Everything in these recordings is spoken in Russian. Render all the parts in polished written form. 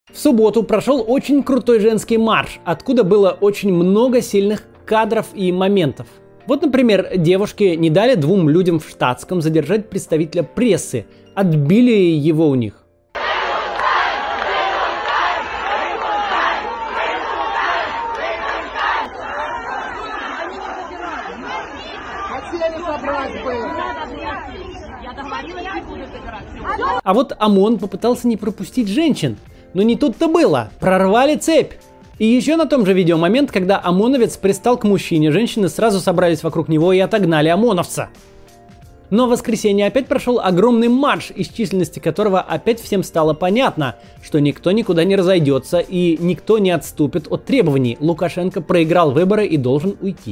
В субботу прошел очень крутой женский марш, откуда было очень много сильных кадров и моментов. Вот, например, девушки не дали двум людям в штатском задержать представителя прессы, отбили его у них. А вот ОМОН попытался не пропустить женщин, но не тут-то было, прорвали цепь. И еще на том же видео момент, когда ОМОНовец пристал к мужчине, женщины сразу собрались вокруг него и отогнали ОМОНовца. Но в воскресенье опять прошел огромный марш, из численности которого опять всем стало понятно, что никто никуда не разойдется и никто не отступит от требований. Лукашенко проиграл выборы и должен уйти.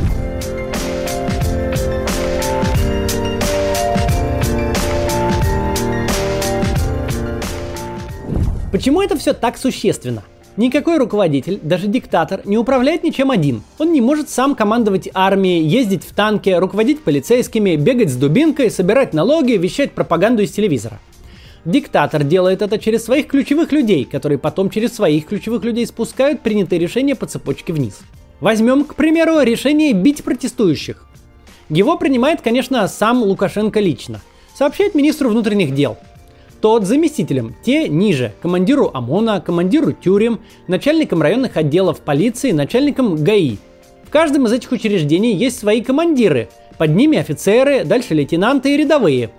Почему это все так существенно? Никакой руководитель, даже диктатор, не управляет ничем один. Он не может сам командовать армией, ездить в танке, руководить полицейскими, бегать с дубинкой, собирать налоги, вещать пропаганду из телевизора. Диктатор делает это через своих ключевых людей, которые потом через своих ключевых людей спускают принятые решения по цепочке вниз. Возьмем, к примеру, решение бить протестующих. Его принимает, конечно, сам Лукашенко лично. Сообщает министру внутренних дел. Тот заместителям, те ниже, командиру ОМОНа, командиру тюрем, начальникам районных отделов полиции, начальникам ГАИ. В каждом из этих учреждений есть свои командиры, под ними офицеры, дальше лейтенанты и рядовые.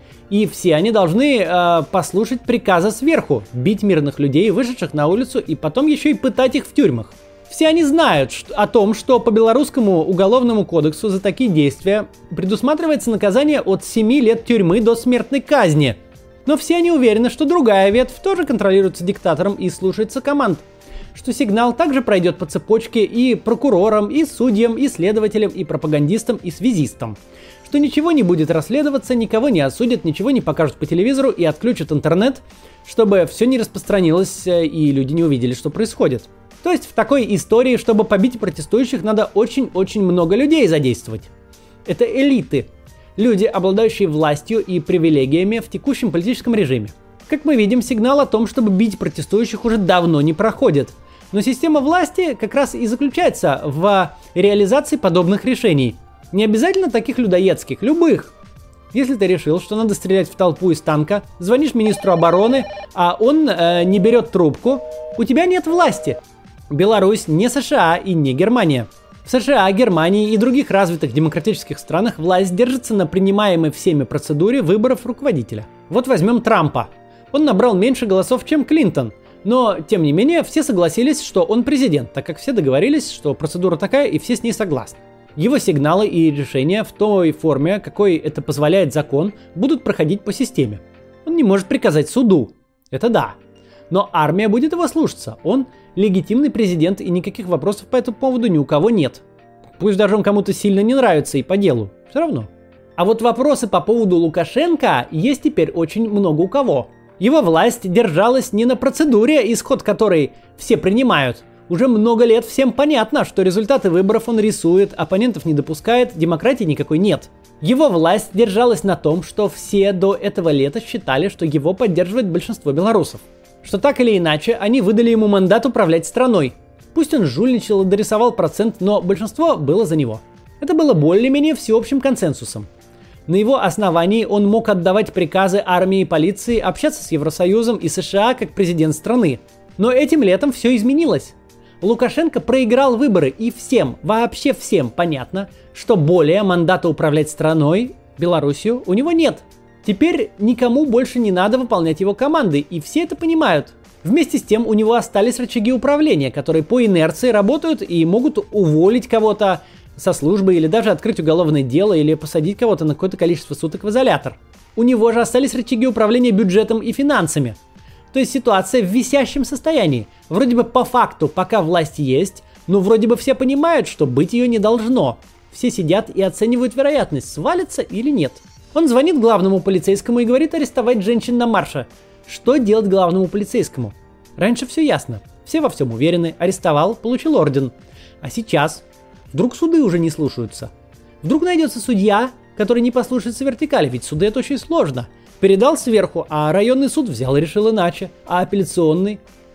И все они должны послушать приказа сверху, бить мирных людей, вышедших на улицу, и потом еще и пытать их в тюрьмах. Все они знают о том, что по белорусскому уголовному кодексу за такие действия предусматривается наказание от 7 лет тюрьмы до смертной казни. Но все они уверены, что другая ветвь тоже контролируется диктатором и слушается команд. Что сигнал также пройдет по цепочке и прокурорам, и судьям, и следователям, и пропагандистам, и связистам. Что ничего не будет расследоваться, никого не осудят, ничего не покажут по телевизору и отключат интернет, чтобы все не распространилось и люди не увидели, что происходит. То есть в такой истории, чтобы побить протестующих, надо очень-очень много людей задействовать. Это элиты. Люди, обладающие властью и привилегиями в текущем политическом режиме. Как мы видим, сигнал о том, чтобы бить протестующих, уже давно не проходит. Но система власти как раз и заключается в реализации подобных решений. Не обязательно таких людоедских, любых. Если ты решил, что надо стрелять в толпу из танка, звонишь министру обороны, а он не берет трубку, у тебя нет власти. Беларусь не США и не Германия. В США, Германии и других развитых демократических странах власть держится на принимаемой всеми процедуре выборов руководителя. Вот возьмем Трампа. Он набрал меньше голосов, чем Клинтон. Но, тем не менее, все согласились, что он президент, так как все договорились, что процедура такая и все с ней согласны. Его сигналы и решения в той форме, какой это позволяет закон, будут проходить по системе. Он не может приказать суду. Это да. Но армия будет его слушаться. Он легитимный президент, и никаких вопросов по этому поводу ни у кого нет. Пусть даже он кому-то сильно не нравится и по делу. Все равно. А вот вопросы по поводу Лукашенко есть теперь очень много у кого. Его власть держалась не на процедуре, исход которой все принимают. Уже много лет всем понятно, что результаты выборов он рисует, оппонентов не допускает, демократии никакой нет. Его власть держалась на том, что все до этого лета считали, что его поддерживает большинство белорусов. Что так или иначе, они выдали ему мандат управлять страной. Пусть он жульничал и дорисовал процент, но большинство было за него. Это было более-менее всеобщим консенсусом. На его основании он мог отдавать приказы армии и полиции, общаться с Евросоюзом и США как президент страны. Но этим летом все изменилось. Лукашенко проиграл выборы, и всем, вообще всем понятно, что более мандата управлять страной, Белоруссию, у него нет. Теперь никому больше не надо выполнять его команды, и все это понимают. Вместе с тем у него остались рычаги управления, которые по инерции работают и могут уволить кого-то со службы или даже открыть уголовное дело или посадить кого-то на какое-то количество суток в изолятор. У него же остались рычаги управления бюджетом и финансами. То есть ситуация в висящем состоянии. Вроде бы по факту пока власть есть, но вроде бы все понимают, что быть ее не должно. Все сидят и оценивают вероятность, свалится или нет. Он звонит главному полицейскому и говорит арестовать женщин на марше. Что делать главному полицейскому? Раньше все ясно. Все во всем уверены. Арестовал, получил орден. А сейчас? Вдруг суды уже не слушаются? Вдруг найдется судья, который не послушается вертикали, ведь суды это очень сложно. Передал сверху, а районный суд взял и решил иначе. А апелляционный?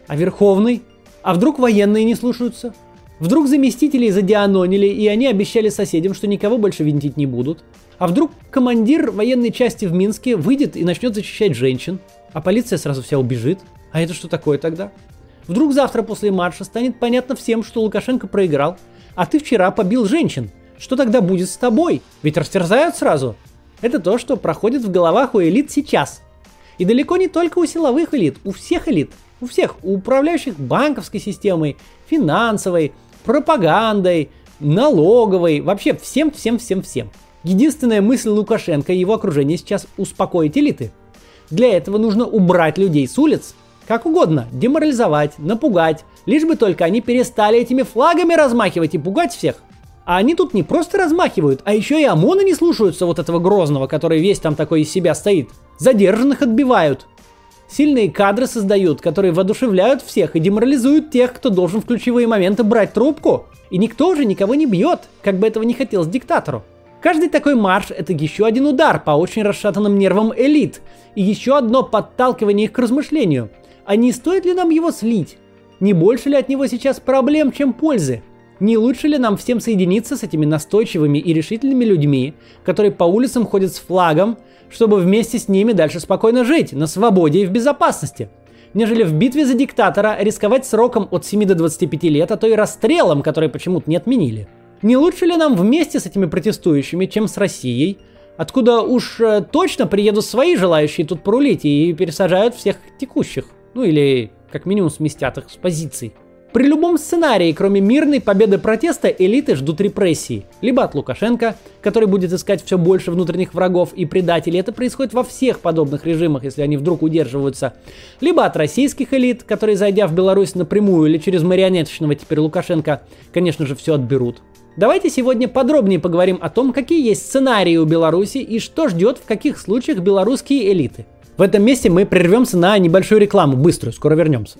А Верховный? А вдруг военные не слушаются? Вдруг заместителей задианонили, и они обещали соседям, что никого больше винтить не будут? А вдруг командир военной части в Минске выйдет и начнет защищать женщин, а полиция сразу вся убежит? А это что такое тогда? Вдруг завтра после марша станет понятно всем, что Лукашенко проиграл, а ты вчера побил женщин. Что тогда будет с тобой? Ведь растерзают сразу. Это то, что проходит в головах у элит сейчас. И далеко не только у силовых элит, у всех элит. У всех, у управляющих банковской системой, финансовой, пропагандой, налоговой, вообще всем. Единственная мысль Лукашенко и его окружения сейчас успокоить элиты. Для этого нужно убрать людей с улиц, как угодно, деморализовать, напугать, лишь бы только они перестали этими флагами размахивать и пугать всех. А они тут не просто размахивают, а еще и ОМОНа не слушаются вот этого Грозного, который весь там такой из себя стоит. Задержанных отбивают. Сильные кадры создают, которые воодушевляют всех и деморализуют тех, кто должен в ключевые моменты брать трубку. И никто уже никого не бьет, как бы этого не хотелось диктатору. Каждый такой марш – это еще один удар по очень расшатанным нервам элит. И еще одно подталкивание их к размышлению. А не стоит ли нам его слить? Не больше ли от него сейчас проблем, чем пользы? Не лучше ли нам всем соединиться с этими настойчивыми и решительными людьми, которые по улицам ходят с флагом, чтобы вместе с ними дальше спокойно жить, на свободе и в безопасности, нежели в битве за диктатора рисковать сроком от 7 до 25 лет, а то и расстрелом, который почему-то не отменили? Не лучше ли нам вместе с этими протестующими, чем с Россией, откуда уж точно приедут свои желающие тут порулить и пересажают всех текущих? Ну или как минимум сместят их с позиций. При любом сценарии, кроме мирной победы протеста, элиты ждут репрессий. Либо от Лукашенко, который будет искать все больше внутренних врагов и предателей. Это происходит во всех подобных режимах, если они вдруг удерживаются. Либо от российских элит, которые, зайдя в Беларусь напрямую или через марионеточного теперь Лукашенко, конечно же, все отберут. Давайте сегодня подробнее поговорим о том, какие есть сценарии у Беларуси и что ждет в каких случаях белорусские элиты. В этом месте мы прервемся на небольшую рекламу, быструю, скоро вернемся.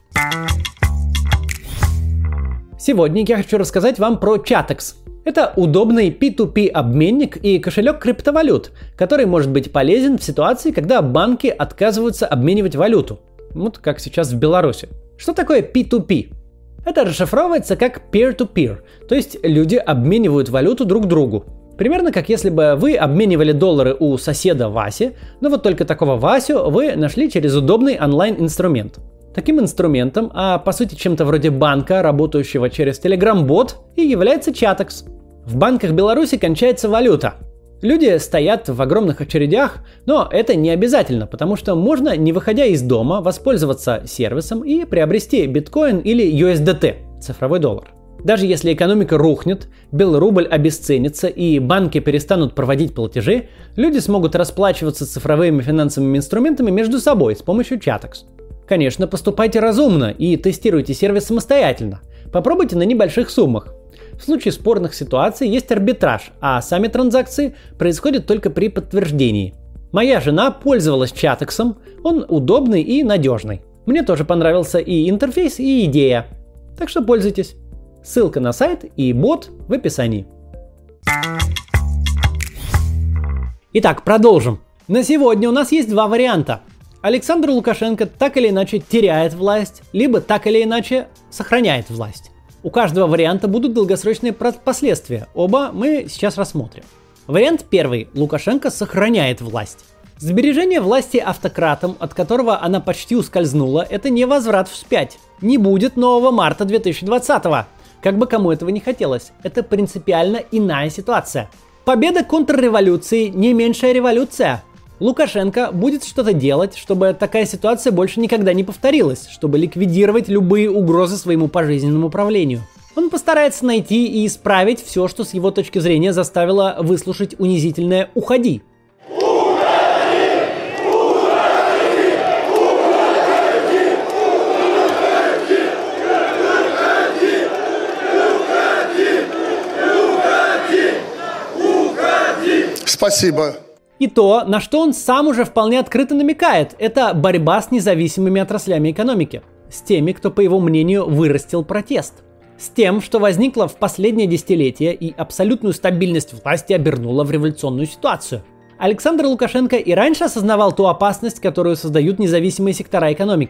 Сегодня я хочу рассказать вам про Chatex. Это удобный P2P обменник и кошелек криптовалют, который может быть полезен в ситуации, когда банки отказываются обменивать валюту. Вот как сейчас в Беларуси. Что такое P2P? Это расшифровывается как peer-to-peer, то есть люди обменивают валюту друг другу. Примерно как если бы вы обменивали доллары у соседа Васи, но вот только такого Васю вы нашли через удобный онлайн-инструмент. Таким инструментом, а по сути чем-то вроде банка, работающего через Telegram-бот, и является Chatex. В банках Беларуси кончается валюта. Люди стоят в огромных очередях, но это не обязательно, потому что можно, не выходя из дома, воспользоваться сервисом и приобрести биткоин или USDT, цифровой доллар. Даже если экономика рухнет, белый рубль обесценится и банки перестанут проводить платежи, люди смогут расплачиваться цифровыми финансовыми инструментами между собой с помощью Chatex. Конечно, поступайте разумно и тестируйте сервис самостоятельно. Попробуйте на небольших суммах. В случае спорных ситуаций есть арбитраж, а сами транзакции происходят только при подтверждении. Моя жена пользовалась Chatex, он удобный и надежный. Мне тоже понравился и интерфейс, и идея. Так что пользуйтесь. Ссылка на сайт и бот в описании. Итак, продолжим. На сегодня у нас есть два варианта. Александр Лукашенко так или иначе теряет власть, либо так или иначе сохраняет власть. У каждого варианта будут долгосрочные последствия. Оба мы сейчас рассмотрим. Вариант первый. Лукашенко сохраняет власть. Сбережение власти автократом, от которого она почти ускользнула, это не возврат вспять. Не будет нового марта 2020-го. Как бы кому этого не хотелось. Это принципиально иная ситуация. Победа контрреволюции не меньшая революция. Лукашенко будет что-то делать, чтобы такая ситуация больше никогда не повторилась, чтобы ликвидировать любые угрозы своему пожизненному правлению. Он постарается найти и исправить все, что с его точки зрения заставило выслушать унизительное «Уходи». Спасибо. И то, на что он сам уже вполне открыто намекает, это борьба с независимыми отраслями экономики. С теми, кто, по его мнению, вырастил протест. С тем, что возникло в последнее десятилетие и абсолютную стабильность власти обернуло в революционную ситуацию. Александр Лукашенко и раньше осознавал ту опасность, которую создают независимые сектора экономики.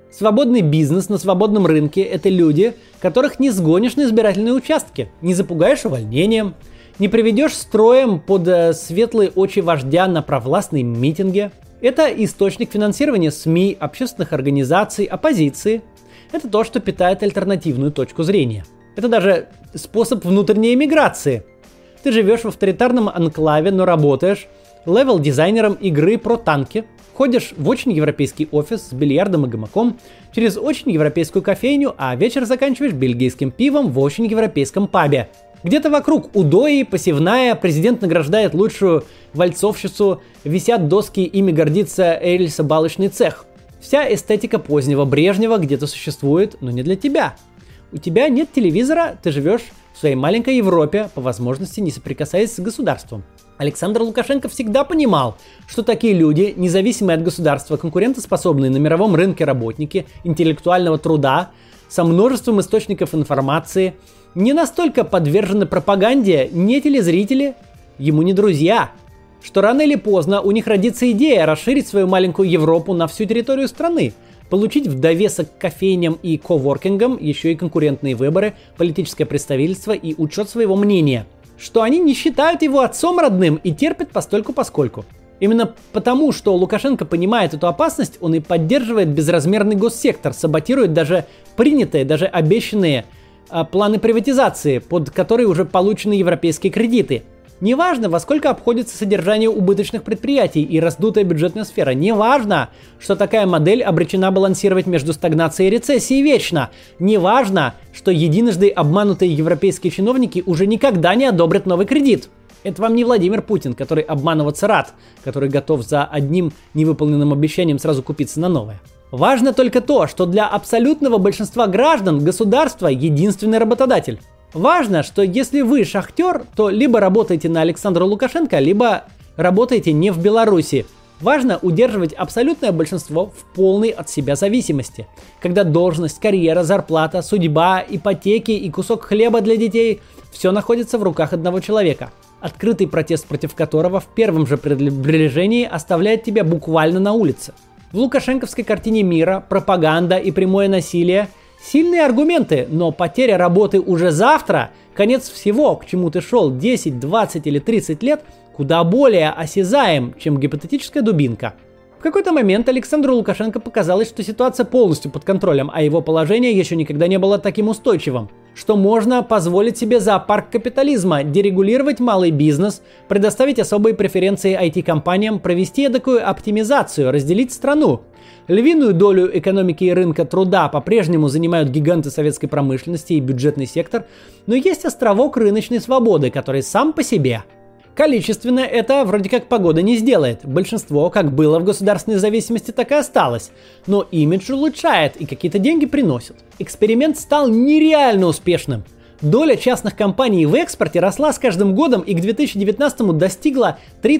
Свободный бизнес на свободном рынке – это люди, которых не сгонишь на избирательные участки, не запугаешь увольнением, не приведешь строем под светлые очи вождя на провластные митинги. Это источник финансирования СМИ, общественных организаций, оппозиции. Это то, что питает альтернативную точку зрения. Это даже способ внутренней эмиграции. Ты живешь в авторитарном анклаве, но работаешь левел-дизайнером игры про танки, ходишь в очень европейский офис с бильярдом и гамаком, через очень европейскую кофейню, а вечер заканчиваешь бельгийским пивом в очень европейском пабе. Где-то вокруг удои, посевная, президент награждает лучшую вальцовщицу, висят доски, ими гордится рельсобалочный цех. Вся эстетика позднего Брежнева где-то существует, но не для тебя. У тебя нет телевизора, ты живешь в своей маленькой Европе, по возможности не соприкасаясь с государством. Александр Лукашенко всегда понимал, что такие люди, независимые от государства, конкурентоспособные на мировом рынке работники интеллектуального труда, со множеством источников информации, не настолько подвержены пропаганде, не телезрители, ему не друзья, что рано или поздно у них родится идея расширить свою маленькую Европу на всю территорию страны, получить в довесок к кофейням и коворкингам еще и конкурентные выборы, политическое представительство и учет своего мнения, что они не считают его отцом родным и терпят постольку-поскольку. Именно потому, что Лукашенко понимает эту опасность, он и поддерживает безразмерный госсектор, саботирует даже принятые, даже обещанные планы приватизации, под которые уже получены европейские кредиты. Неважно, во сколько обходится содержание убыточных предприятий и раздутая бюджетная сфера. Неважно, что такая модель обречена балансировать между стагнацией и рецессией вечно. Неважно, что единожды обманутые европейские чиновники уже никогда не одобрят новый кредит. Это вам не Владимир Путин, который обманываться рад, который готов за одним невыполненным обещанием сразу купиться на новое. Важно только то, что для абсолютного большинства граждан государство – единственный работодатель. Важно, что если вы шахтер, то либо работаете на Александра Лукашенко, либо работаете не в Беларуси. Важно удерживать абсолютное большинство в полной от себя зависимости, когда должность, карьера, зарплата, судьба, ипотеки и кусок хлеба для детей – все находится в руках одного человека, открытый протест против которого в первом же приближении оставляет тебя буквально на улице. В лукашенковской картине мира пропаганда и прямое насилие – сильные аргументы, но потеря работы уже завтра, конец всего, к чему ты шел 10, 20 или 30 лет, куда более осязаем, чем гипотетическая дубинка. В какой-то момент Александру Лукашенко показалось, что ситуация полностью под контролем, а его положение еще никогда не было таким устойчивым. Что можно позволить себе зоопарк капитализма, дерегулировать малый бизнес, предоставить особые преференции IT-компаниям, провести эдакую оптимизацию, разделить страну. Львиную долю экономики и рынка труда по-прежнему занимают гиганты советской промышленности и бюджетный сектор, но есть островок рыночной свободы, который сам по себе. Количественно это вроде как погода не сделает. Большинство, как было в государственной зависимости, так и осталось. Но имидж улучшает и какие-то деньги приносит. Эксперимент стал нереально успешным. Доля частных компаний в экспорте росла с каждым годом и к 2019 достигла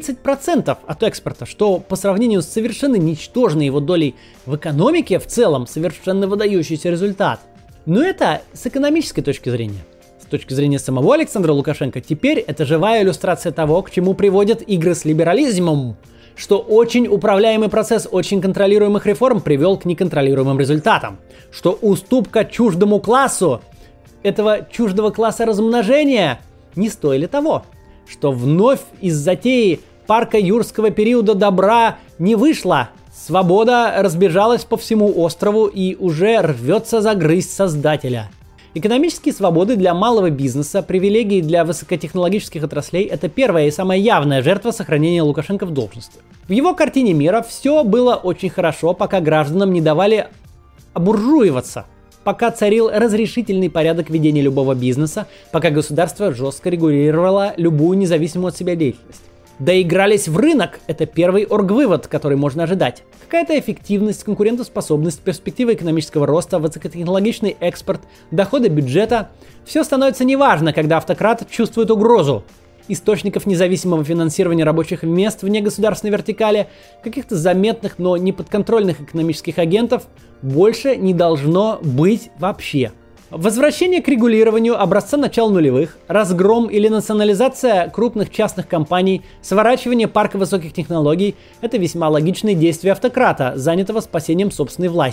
30% от экспорта, что по сравнению с совершенно ничтожной его долей в экономике в целом совершенно выдающийся результат. Но это с экономической точки зрения. С точки зрения самого Александра Лукашенко, теперь это живая иллюстрация того, к чему приводят игры с либерализмом, что очень управляемый процесс очень контролируемых реформ привел к неконтролируемым результатам, что уступка чуждому классу этого чуждого класса размножения не стоили того, что вновь из затеи парка юрского периода добра не вышло. Свобода разбежалась по всему острову и уже рвется загрызть создателя. Экономические свободы для малого бизнеса, привилегии для высокотехнологических отраслей – это первая и самая явная жертва сохранения Лукашенко в должности. В его картине мира все было очень хорошо, пока гражданам не давали обуржуиваться, пока царил разрешительный порядок ведения любого бизнеса, пока государство жестко регулировало любую независимую от себя деятельность. Доигрались в рынок – это первый оргвывод, который можно ожидать. Какая-то эффективность, конкурентоспособность, перспективы экономического роста, высокотехнологичный экспорт, доходы бюджета – все становится неважно, когда автократ чувствует угрозу. Источников независимого финансирования рабочих мест вне государственной вертикали, каких-то заметных, но не подконтрольных экономических агентов больше не должно быть вообще. Возвращение к регулированию образца начала нулевых, разгром или национализация крупных частных компаний, сворачивание парка высоких технологий – это весьма логичные действия автократа, занятого спасением собственной власти.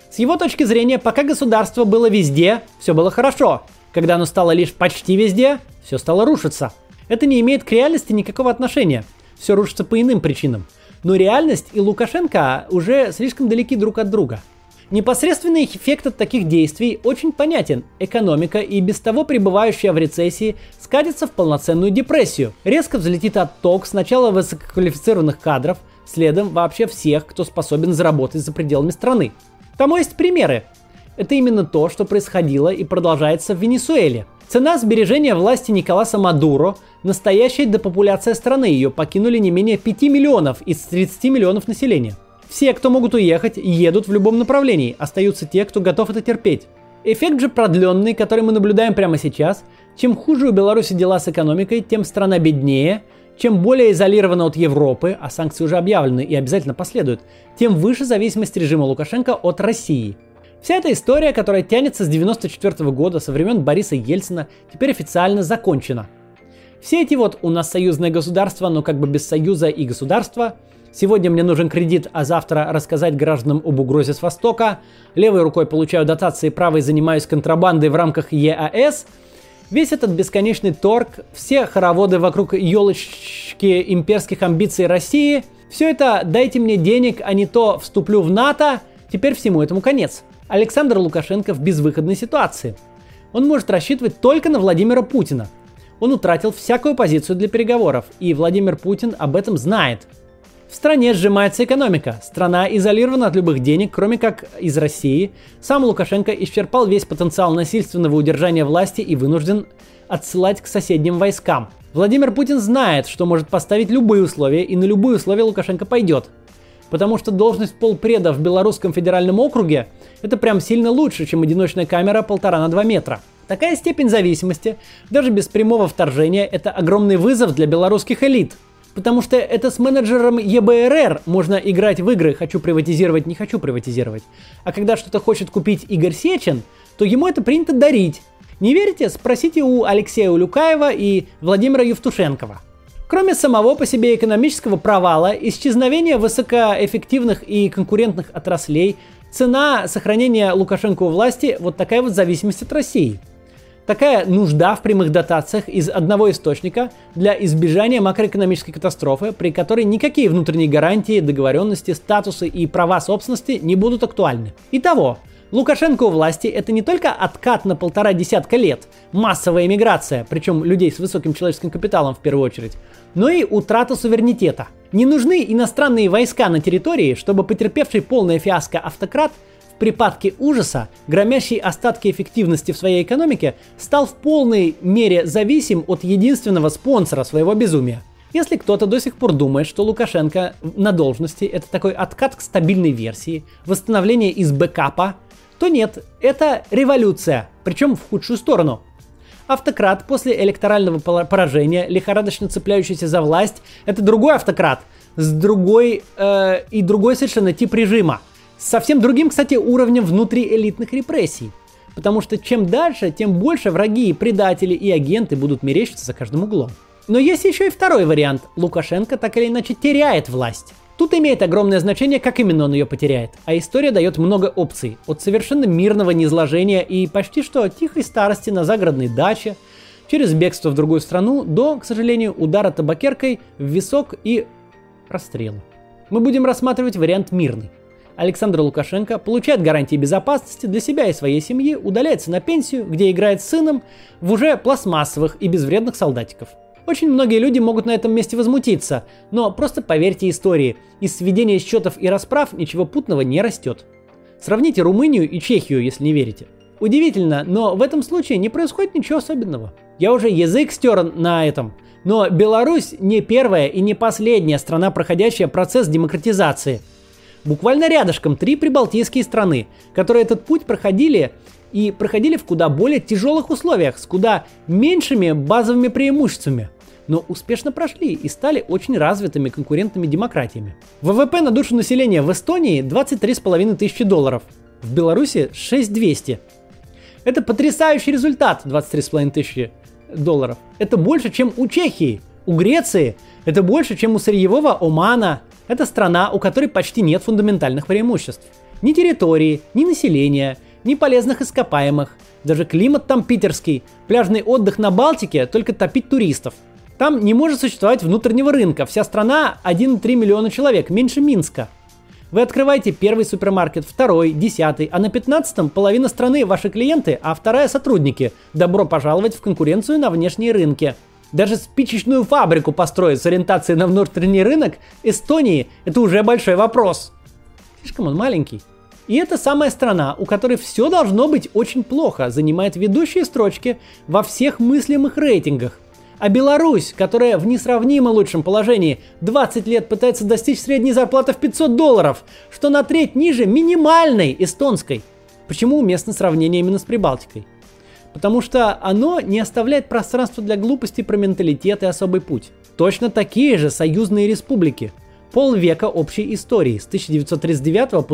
С его точки зрения, пока государство было везде, все было хорошо. Когда оно стало лишь почти везде, все стало рушиться. Это не имеет к реальности никакого отношения. Все рушится по иным причинам. Но реальность и Лукашенко уже слишком далеки друг от друга. Непосредственный эффект от таких действий очень понятен. Экономика, и без того пребывающая в рецессии, скатится в полноценную депрессию. Резко взлетит отток сначала высококвалифицированных кадров, следом вообще всех, кто способен заработать за пределами страны. Тому есть примеры. Это именно то, что происходило и продолжается в Венесуэле. Цена сбережения власти Николаса Мадуро – настоящая депопуляция страны. Ее покинули не менее 5 миллионов из 30 миллионов населения. Все, кто могут уехать, едут в любом направлении. Остаются те, кто готов это терпеть. Эффект же продленный, который мы наблюдаем прямо сейчас. Чем хуже у Беларуси дела с экономикой, тем страна беднее. Чем более изолирована от Европы, а санкции уже объявлены и обязательно последуют, тем выше зависимость режима Лукашенко от России. Вся эта история, которая тянется с 1994 года, со времен Бориса Ельцина, теперь официально закончена. Все эти вот «у нас союзное государство, но как бы без союза и государства», «сегодня мне нужен кредит, а завтра рассказать гражданам об угрозе с Востока», «левой рукой получаю дотации, правой занимаюсь контрабандой в рамках ЕАЭС», весь этот бесконечный торг, все хороводы вокруг елочки имперских амбиций России, все это «дайте мне денег, а не то вступлю в НАТО», теперь всему этому конец. Александр Лукашенко в безвыходной ситуации. Он может рассчитывать только на Владимира Путина. Он утратил всякую позицию для переговоров, и Владимир Путин об этом знает. В стране сжимается экономика, страна изолирована от любых денег, кроме как из России. Сам Лукашенко исчерпал весь потенциал насильственного удержания власти и вынужден отсылать к соседним войскам. Владимир Путин знает, что может поставить любые условия, и на любые условия Лукашенко пойдет. Потому что должность полпреда в Белорусском федеральном округе – это прям сильно лучше, чем одиночная камера 1,5 на 2 метра. Такая степень зависимости, даже без прямого вторжения, это огромный вызов для белорусских элит. Потому что это с менеджером ЕБРР можно играть в игры «хочу приватизировать, не хочу приватизировать». А когда что-то хочет купить Игорь Сечин, то ему это принято дарить. Не верите? Спросите у Алексея Улюкаева и Владимира Евтушенкова. Кроме самого по себе экономического провала, исчезновения высокоэффективных и конкурентных отраслей, цена сохранения Лукашенко у власти – вот такая вот зависимость от России. Такая нужда в прямых дотациях из одного источника для избежания макроэкономической катастрофы, при которой никакие внутренние гарантии, договоренности, статусы и права собственности не будут актуальны. Итого, Лукашенко у власти – это не только откат на 1,5 десятка лет, массовая эмиграция, причем людей с высоким человеческим капиталом в первую очередь, но и утрата суверенитета. Не нужны иностранные войска на территории, чтобы потерпевший полное фиаско автократ в припадке ужаса, громящий остатки эффективности в своей экономике, стал в полной мере зависим от единственного спонсора своего безумия. Если кто-то до сих пор думает, что Лукашенко на должности – это такой откат к стабильной версии, восстановление из бэкапа, то нет, это революция, причем в худшую сторону. Автократ после электорального поражения, лихорадочно цепляющийся за власть, это другой автократ, с другой совершенно тип режима, с совсем другим, кстати, уровнем внутриэлитных репрессий. Потому что чем дальше, тем больше враги, предатели и агенты будут мерещиться за каждым углом. Но есть еще и второй вариант. Лукашенко так или иначе теряет власть. Тут имеет огромное значение, как именно он ее потеряет. А история дает много опций. От совершенно мирного низложения и почти что тихой старости на загородной даче, через бегство в другую страну, до, к сожалению, удара табакеркой в висок и расстрела. Мы будем рассматривать вариант мирный. Александр Лукашенко получает гарантии безопасности для себя и своей семьи, удаляется на пенсию, где играет с сыном в уже пластмассовых и безвредных солдатиков. Очень многие люди могут на этом месте возмутиться, но просто поверьте истории, из сведения счетов и расправ ничего путного не растет. Сравните Румынию и Чехию, если не верите. Удивительно, но в этом случае не происходит ничего особенного. Я уже язык стер на этом, но Беларусь не первая и не последняя страна, проходящая процесс демократизации. Буквально рядышком 3 прибалтийские страны, которые этот путь проходили в куда более тяжелых условиях, с куда меньшими базовыми преимуществами, но успешно прошли и стали очень развитыми конкурентными демократиями. ВВП на душу населения в Эстонии 23,5 тысячи долларов, в Беларуси 6200. Это потрясающий результат, 23,5 тысячи долларов. Это больше, чем у Чехии, у Греции, это больше, чем у сырьевого Омана. Это страна, у которой почти нет фундаментальных преимуществ. Ни территории, ни населения, ни полезных ископаемых. Даже климат там питерский. Пляжный отдых на Балтике только топить туристов. Там не может существовать внутреннего рынка. Вся страна 1,3 миллиона человек, меньше Минска. Вы открываете первый супермаркет, второй, 10, а на 15-м половина страны ваши клиенты, а вторая сотрудники. Добро пожаловать в конкуренцию на внешние рынки. Даже спичечную фабрику построить с ориентацией на внутренний рынок Эстонии – это уже большой вопрос. Слишком он маленький. И это самая страна, у которой все должно быть очень плохо, занимает ведущие строчки во всех мыслимых рейтингах. А Беларусь, которая в несравнимо лучшем положении 20 лет пытается достичь средней зарплаты в $500, что на треть ниже минимальной эстонской. Почему уместно сравнение именно с Прибалтикой? Потому что оно не оставляет пространства для глупости про менталитет и особый путь. Точно такие же союзные республики. Полвека общей истории с 1939 по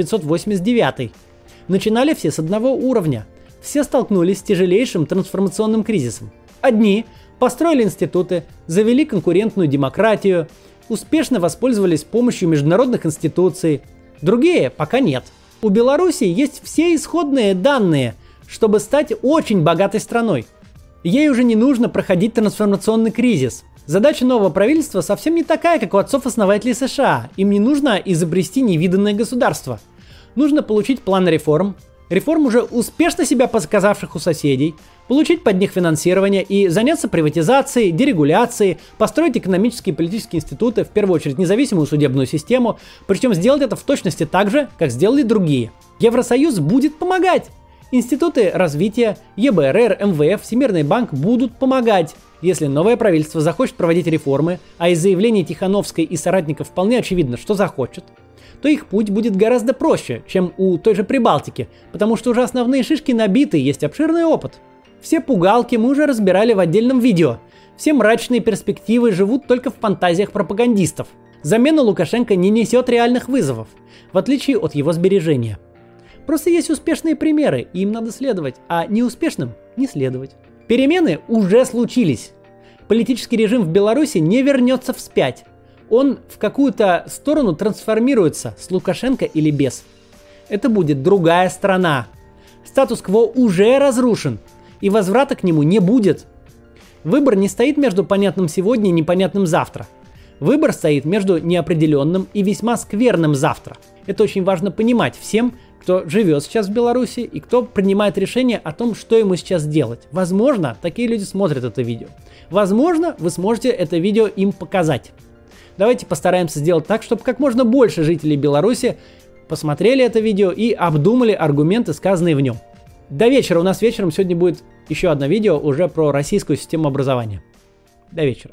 1989. Начинали все с одного уровня. Все столкнулись с тяжелейшим трансформационным кризисом. Одни построили институты, завели конкурентную демократию, успешно воспользовались помощью международных институций. Другие пока нет. У Беларуси есть все исходные данные, чтобы стать очень богатой страной. Ей уже не нужно проходить трансформационный кризис. Задача нового правительства совсем не такая, как у отцов-основателей США. Им не нужно изобрести невиданное государство. Нужно получить план реформ уже успешно себя показавших у соседей, получить под них финансирование и заняться приватизацией, дерегуляцией, построить экономические и политические институты, в первую очередь независимую судебную систему, причем сделать это в точности так же, как сделали другие. Евросоюз будет помогать. Институты развития, ЕБРР, МВФ, Всемирный банк будут помогать. Если новое правительство захочет проводить реформы, а из заявлений Тихановской и соратников вполне очевидно, что захочет, то их путь будет гораздо проще, чем у той же Прибалтики, потому что уже основные шишки набиты, есть обширный опыт. Все пугалки мы уже разбирали в отдельном видео. Все мрачные перспективы живут только в фантазиях пропагандистов. Замена Лукашенко не несет реальных вызовов, в отличие от его сбережения. Просто есть успешные примеры, и им надо следовать, а неуспешным не следовать. Перемены уже случились. Политический режим в Беларуси не вернется вспять. Он в какую-то сторону трансформируется, с Лукашенко или без. Это будет другая страна. Статус-кво уже разрушен, и возврата к нему не будет. Выбор не стоит между понятным сегодня и непонятным завтра. Выбор стоит между неопределенным и весьма скверным завтра. Это очень важно понимать всем, кто живет сейчас в Беларуси и кто принимает решение о том, что ему сейчас делать. Возможно, такие люди смотрят это видео. Возможно, вы сможете это видео им показать. Давайте постараемся сделать так, чтобы как можно больше жителей Беларуси посмотрели это видео и обдумали аргументы, сказанные в нем. До вечера. У нас вечером сегодня будет еще одно видео уже про российскую систему образования. До вечера.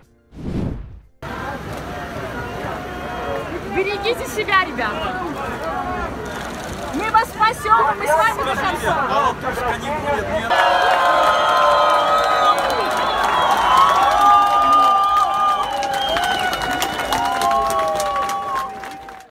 Берегите себя, ребята. Мы вас спасем, мы с вами до конца.